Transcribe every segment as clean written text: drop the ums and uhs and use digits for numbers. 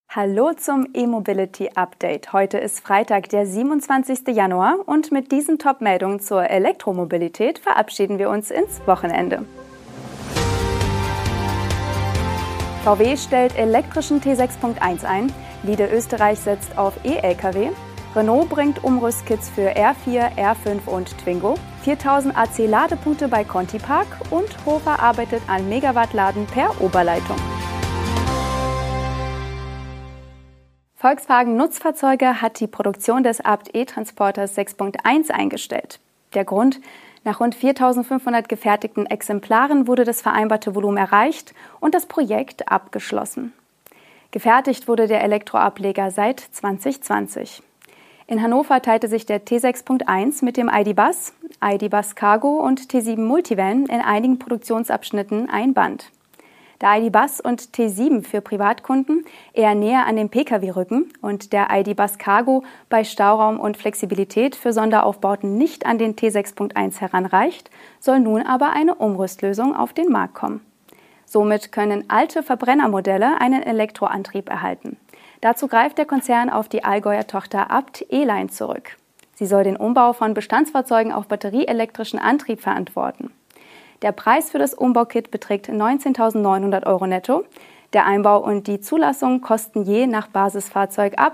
Hallo zum E-Mobility Update. Heute ist Freitag, der 27. Januar und mit diesen Top-Meldungen zur Elektromobilität verabschieden wir uns ins Wochenende. VW stellt elektrischen T6.1 ein, Lide Österreich setzt auf E-Lkw, Renault bringt Umrüstkits für R4, R5 und Twingo, 4000 AC-Ladepunkte bei Conti Park und Hofer arbeitet an Megawattladen per Oberleitung. Volkswagen Nutzfahrzeuge hat die Produktion des Abt E-Transporters 6.1 eingestellt. Der Grund: Nach rund 4.500 gefertigten Exemplaren wurde das vereinbarte Volumen erreicht und das Projekt abgeschlossen. Gefertigt wurde der Elektroableger seit 2020. In Hannover teilte sich der T6.1 mit dem ID.Buzz, ID.Buzz Cargo und T7 Multivan in einigen Produktionsabschnitten ein Band. Der ID.Buzz und T7 für Privatkunden eher näher an den Pkw rücken und der ID.Buzz Cargo bei Stauraum und Flexibilität für Sonderaufbauten nicht an den T6.1 heranreicht, soll nun aber eine Umrüstlösung auf den Markt kommen. Somit können alte Verbrennermodelle einen Elektroantrieb erhalten. Dazu greift der Konzern auf die Allgäuer Tochter Abt E-Line zurück. Sie soll den Umbau von Bestandsfahrzeugen auf batterieelektrischen Antrieb verantworten. Der Preis für das Umbaukit beträgt 19.900 € netto. Der Einbau und die Zulassung kosten je nach Basisfahrzeug ab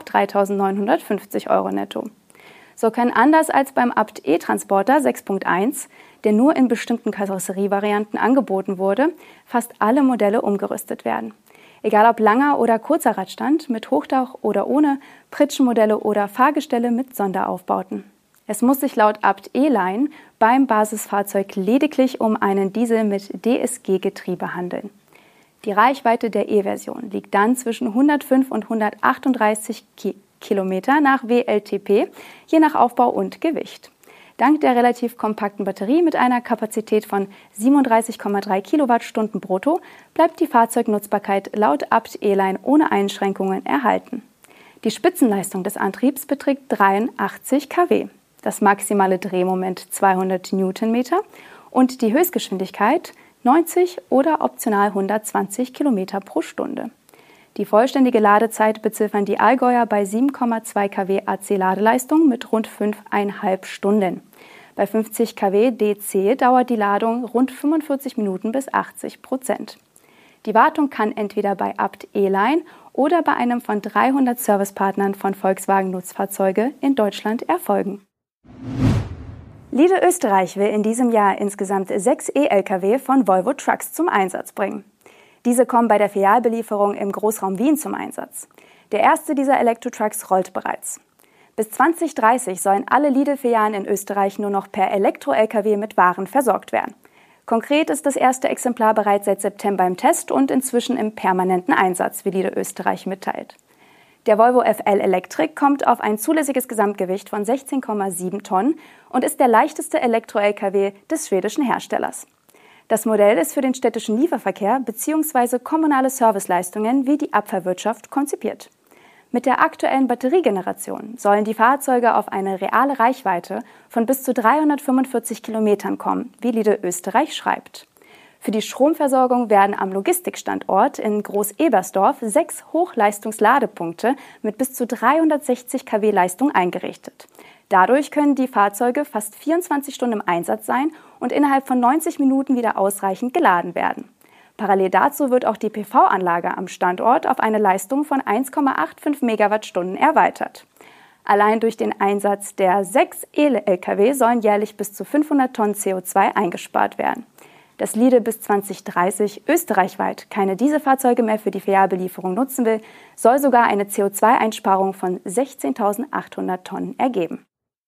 3.950 € netto. So können anders als beim Abt E-Transporter 6.1, der nur in bestimmten Karosserievarianten angeboten wurde, fast alle Modelle umgerüstet werden. Egal ob langer oder kurzer Radstand, mit Hochdach oder ohne, Pritschenmodelle oder Fahrgestelle mit Sonderaufbauten. Es muss sich laut Abt E-Line beim Basisfahrzeug lediglich um einen Diesel mit DSG-Getriebe handeln. Die Reichweite der E-Version liegt dann zwischen 105 und 138 Kilometer nach WLTP, je nach Aufbau und Gewicht. Dank der relativ kompakten Batterie mit einer Kapazität von 37,3 Kilowattstunden brutto bleibt die Fahrzeugnutzbarkeit laut Abt E-Line ohne Einschränkungen erhalten. Die Spitzenleistung des Antriebs beträgt 83 kW. Das maximale Drehmoment 200 Newtonmeter und die Höchstgeschwindigkeit 90 oder optional 120 Kilometer pro Stunde. Die vollständige Ladezeit beziffern die Allgäuer bei 7,2 kW AC-Ladeleistung mit rund 5,5 Stunden. Bei 50 kW DC dauert die Ladung rund 45 Minuten bis 80%. Die Wartung kann entweder bei Abt E-Line oder bei einem von 300 Servicepartnern von Volkswagen Nutzfahrzeuge in Deutschland erfolgen. Lide Österreich will in diesem Jahr insgesamt 6 E-Lkw von Volvo Trucks zum Einsatz bringen. Diese kommen bei der Filialbelieferung im Großraum Wien zum Einsatz. Der erste dieser Elektro-Trucks rollt bereits. Bis 2030 sollen alle Lide-Filialen in Österreich nur noch per Elektro-Lkw mit Waren versorgt werden. Konkret ist das erste Exemplar bereits seit September im Test und inzwischen im permanenten Einsatz, wie Lide Österreich mitteilt. Der Volvo FL Electric kommt auf ein zulässiges Gesamtgewicht von 16,7 Tonnen und ist der leichteste Elektro-Lkw des schwedischen Herstellers. Das Modell ist für den städtischen Lieferverkehr bzw. kommunale Serviceleistungen wie die Abfallwirtschaft konzipiert. Mit der aktuellen Batteriegeneration sollen die Fahrzeuge auf eine reale Reichweite von bis zu 345 Kilometern kommen, wie Lide Österreich schreibt. Für die Stromversorgung werden am Logistikstandort in Groß-Ebersdorf 6 Hochleistungsladepunkte mit bis zu 360 kW Leistung eingerichtet. Dadurch können die Fahrzeuge fast 24 Stunden im Einsatz sein und innerhalb von 90 Minuten wieder ausreichend geladen werden. Parallel dazu wird auch die PV-Anlage am Standort auf eine Leistung von 1,85 Megawattstunden erweitert. Allein durch den Einsatz der 6 E-Lkw sollen jährlich bis zu 500 Tonnen CO2 eingespart werden. Dass Lide bis 2030 österreichweit keine Dieselfahrzeuge mehr für die Filialbelieferung nutzen will, soll sogar eine CO2-Einsparung von 16.800 Tonnen ergeben.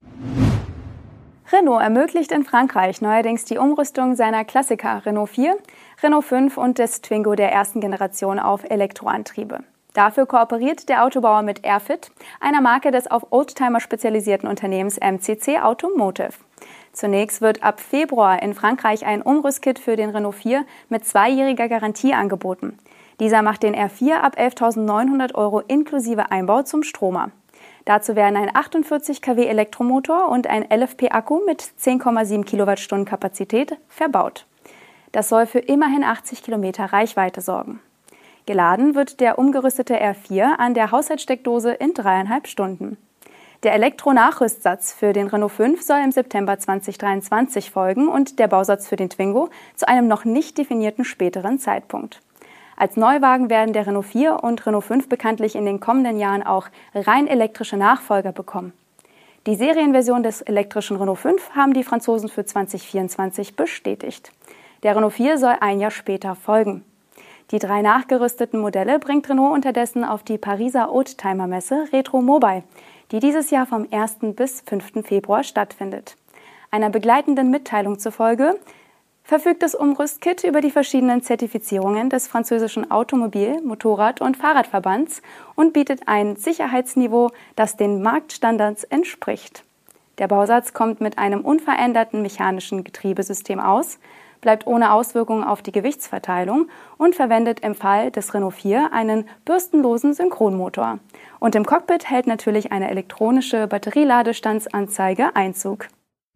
Renault ermöglicht in Frankreich neuerdings die Umrüstung seiner Klassiker Renault 4, Renault 5 und des Twingo der ersten Generation auf Elektroantriebe. Dafür kooperiert der Autobauer mit Airfit, einer Marke des auf Oldtimer spezialisierten Unternehmens MCC Automotive. Zunächst wird ab Februar in Frankreich ein Umrüstkit für den Renault 4 mit 2-jähriger Garantie angeboten. Dieser macht den R4 ab 11.900 € inklusive Einbau zum Stromer. Dazu werden ein 48 kW Elektromotor und ein LFP-Akku mit 10,7 Kilowattstunden Kapazität verbaut. Das soll für immerhin 80 Kilometer Reichweite sorgen. Geladen wird der umgerüstete R4 an der Haushaltssteckdose in 3,5 Stunden. Der Elektronachrüstsatz für den Renault 5 soll im September 2023 folgen und der Bausatz für den Twingo zu einem noch nicht definierten späteren Zeitpunkt. Als Neuwagen werden der Renault 4 und Renault 5 bekanntlich in den kommenden Jahren auch rein elektrische Nachfolger bekommen. Die Serienversion des elektrischen Renault 5 haben die Franzosen für 2024 bestätigt. Der Renault 4 soll ein Jahr später folgen. Die 3 nachgerüsteten Modelle bringt Renault unterdessen auf die Pariser Oldtimer-Messe Retro Mobile, die dieses Jahr vom 1. bis 5. Februar stattfindet. Einer begleitenden Mitteilung zufolge verfügt das Umrüstkit über die verschiedenen Zertifizierungen des französischen Automobil-, Motorrad- und Fahrradverbands und bietet ein Sicherheitsniveau, das den Marktstandards entspricht. Der Bausatz kommt mit einem unveränderten mechanischen Getriebesystem aus, bleibt ohne Auswirkungen auf die Gewichtsverteilung und verwendet im Fall des Renault 4 einen bürstenlosen Synchronmotor. Und im Cockpit hält natürlich eine elektronische Batterieladestandsanzeige Einzug.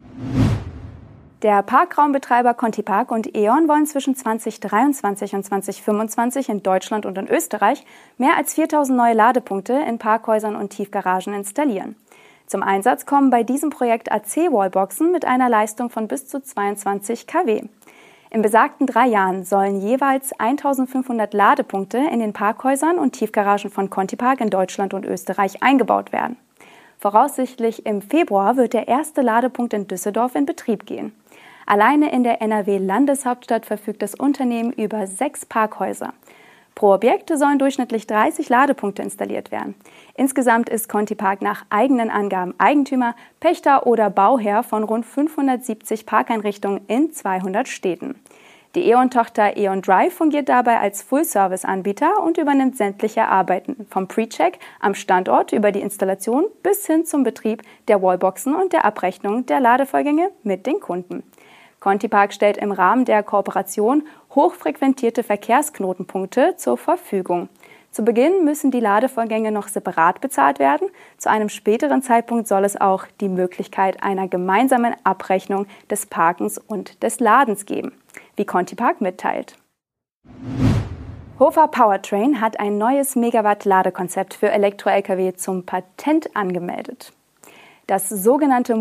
Der Parkraumbetreiber Contipark und E.ON wollen zwischen 2023 und 2025 in Deutschland und in Österreich mehr als 4.000 neue Ladepunkte in Parkhäusern und Tiefgaragen installieren. Zum Einsatz kommen bei diesem Projekt AC-Wallboxen mit einer Leistung von bis zu 22 kW. In besagten 3 Jahren sollen jeweils 1.500 Ladepunkte in den Parkhäusern und Tiefgaragen von Contipark in Deutschland und Österreich eingebaut werden. Voraussichtlich im Februar wird der erste Ladepunkt in Düsseldorf in Betrieb gehen. Alleine in der NRW-Landeshauptstadt verfügt das Unternehmen über 6 Parkhäuser. Pro Objekt sollen durchschnittlich 30 Ladepunkte installiert werden. Insgesamt ist Contipark nach eigenen Angaben Eigentümer, Pächter oder Bauherr von rund 570 Parkeinrichtungen in 200 Städten. Die E.ON-Tochter E.ON Drive fungiert dabei als Full-Service-Anbieter und übernimmt sämtliche Arbeiten, vom Pre-Check am Standort über die Installation bis hin zum Betrieb der Wallboxen und der Abrechnung der Ladevorgänge mit den Kunden. Contipark stellt im Rahmen der Kooperation hochfrequentierte Verkehrsknotenpunkte zur Verfügung. Zu Beginn müssen die Ladevorgänge noch separat bezahlt werden. Zu einem späteren Zeitpunkt soll es auch die Möglichkeit einer gemeinsamen Abrechnung des Parkens und des Ladens geben, wie Contipark mitteilt. Hofer Powertrain hat ein neues Megawatt-Ladekonzept für Elektro-Lkw zum Patent angemeldet. Das sogenannte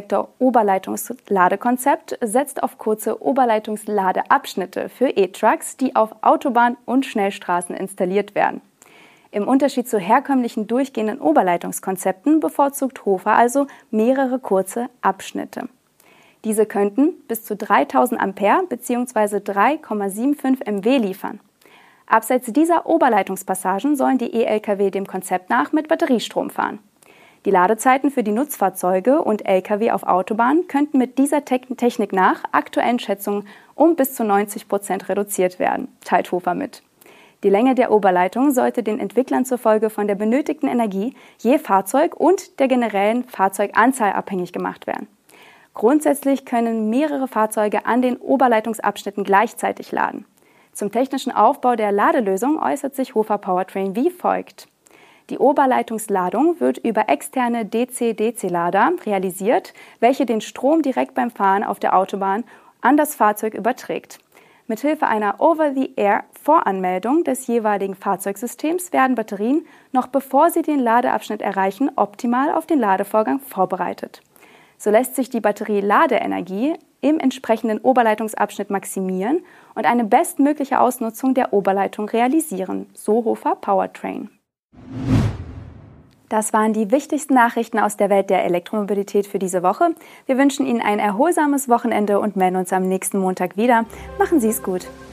Multisektor-Oberleitungsladekonzept setzt auf kurze Oberleitungsladeabschnitte für E-Trucks, die auf Autobahn- und Schnellstraßen installiert werden. Im Unterschied zu herkömmlichen durchgehenden Oberleitungskonzepten bevorzugt Hofer also mehrere kurze Abschnitte. Diese könnten bis zu 3000 Ampere bzw. 3,75 MW liefern. Abseits dieser Oberleitungspassagen sollen die E-Lkw dem Konzept nach mit Batteriestrom fahren. Die Ladezeiten für die Nutzfahrzeuge und Lkw auf Autobahnen könnten mit dieser Technik nach aktuellen Schätzungen um bis zu 90% reduziert werden, teilt Hofer mit. Die Länge der Oberleitung sollte den Entwicklern zufolge von der benötigten Energie je Fahrzeug und der generellen Fahrzeuganzahl abhängig gemacht werden. Grundsätzlich können mehrere Fahrzeuge an den Oberleitungsabschnitten gleichzeitig laden. Zum technischen Aufbau der Ladelösung äußert sich Hofer Powertrain wie folgt. Die Oberleitungsladung wird über externe DC-DC-Lader realisiert, welche den Strom direkt beim Fahren auf der Autobahn an das Fahrzeug überträgt. Mithilfe einer Over-the-Air-Voranmeldung des jeweiligen Fahrzeugsystems werden Batterien, noch bevor sie den Ladeabschnitt erreichen, optimal auf den Ladevorgang vorbereitet. So lässt sich die Batterie-Ladeenergie im entsprechenden Oberleitungsabschnitt maximieren und eine bestmögliche Ausnutzung der Oberleitung realisieren, so Hofer Powertrain. Das waren die wichtigsten Nachrichten aus der Welt der Elektromobilität für diese Woche. Wir wünschen Ihnen ein erholsames Wochenende und melden uns am nächsten Montag wieder. Machen Sie es gut.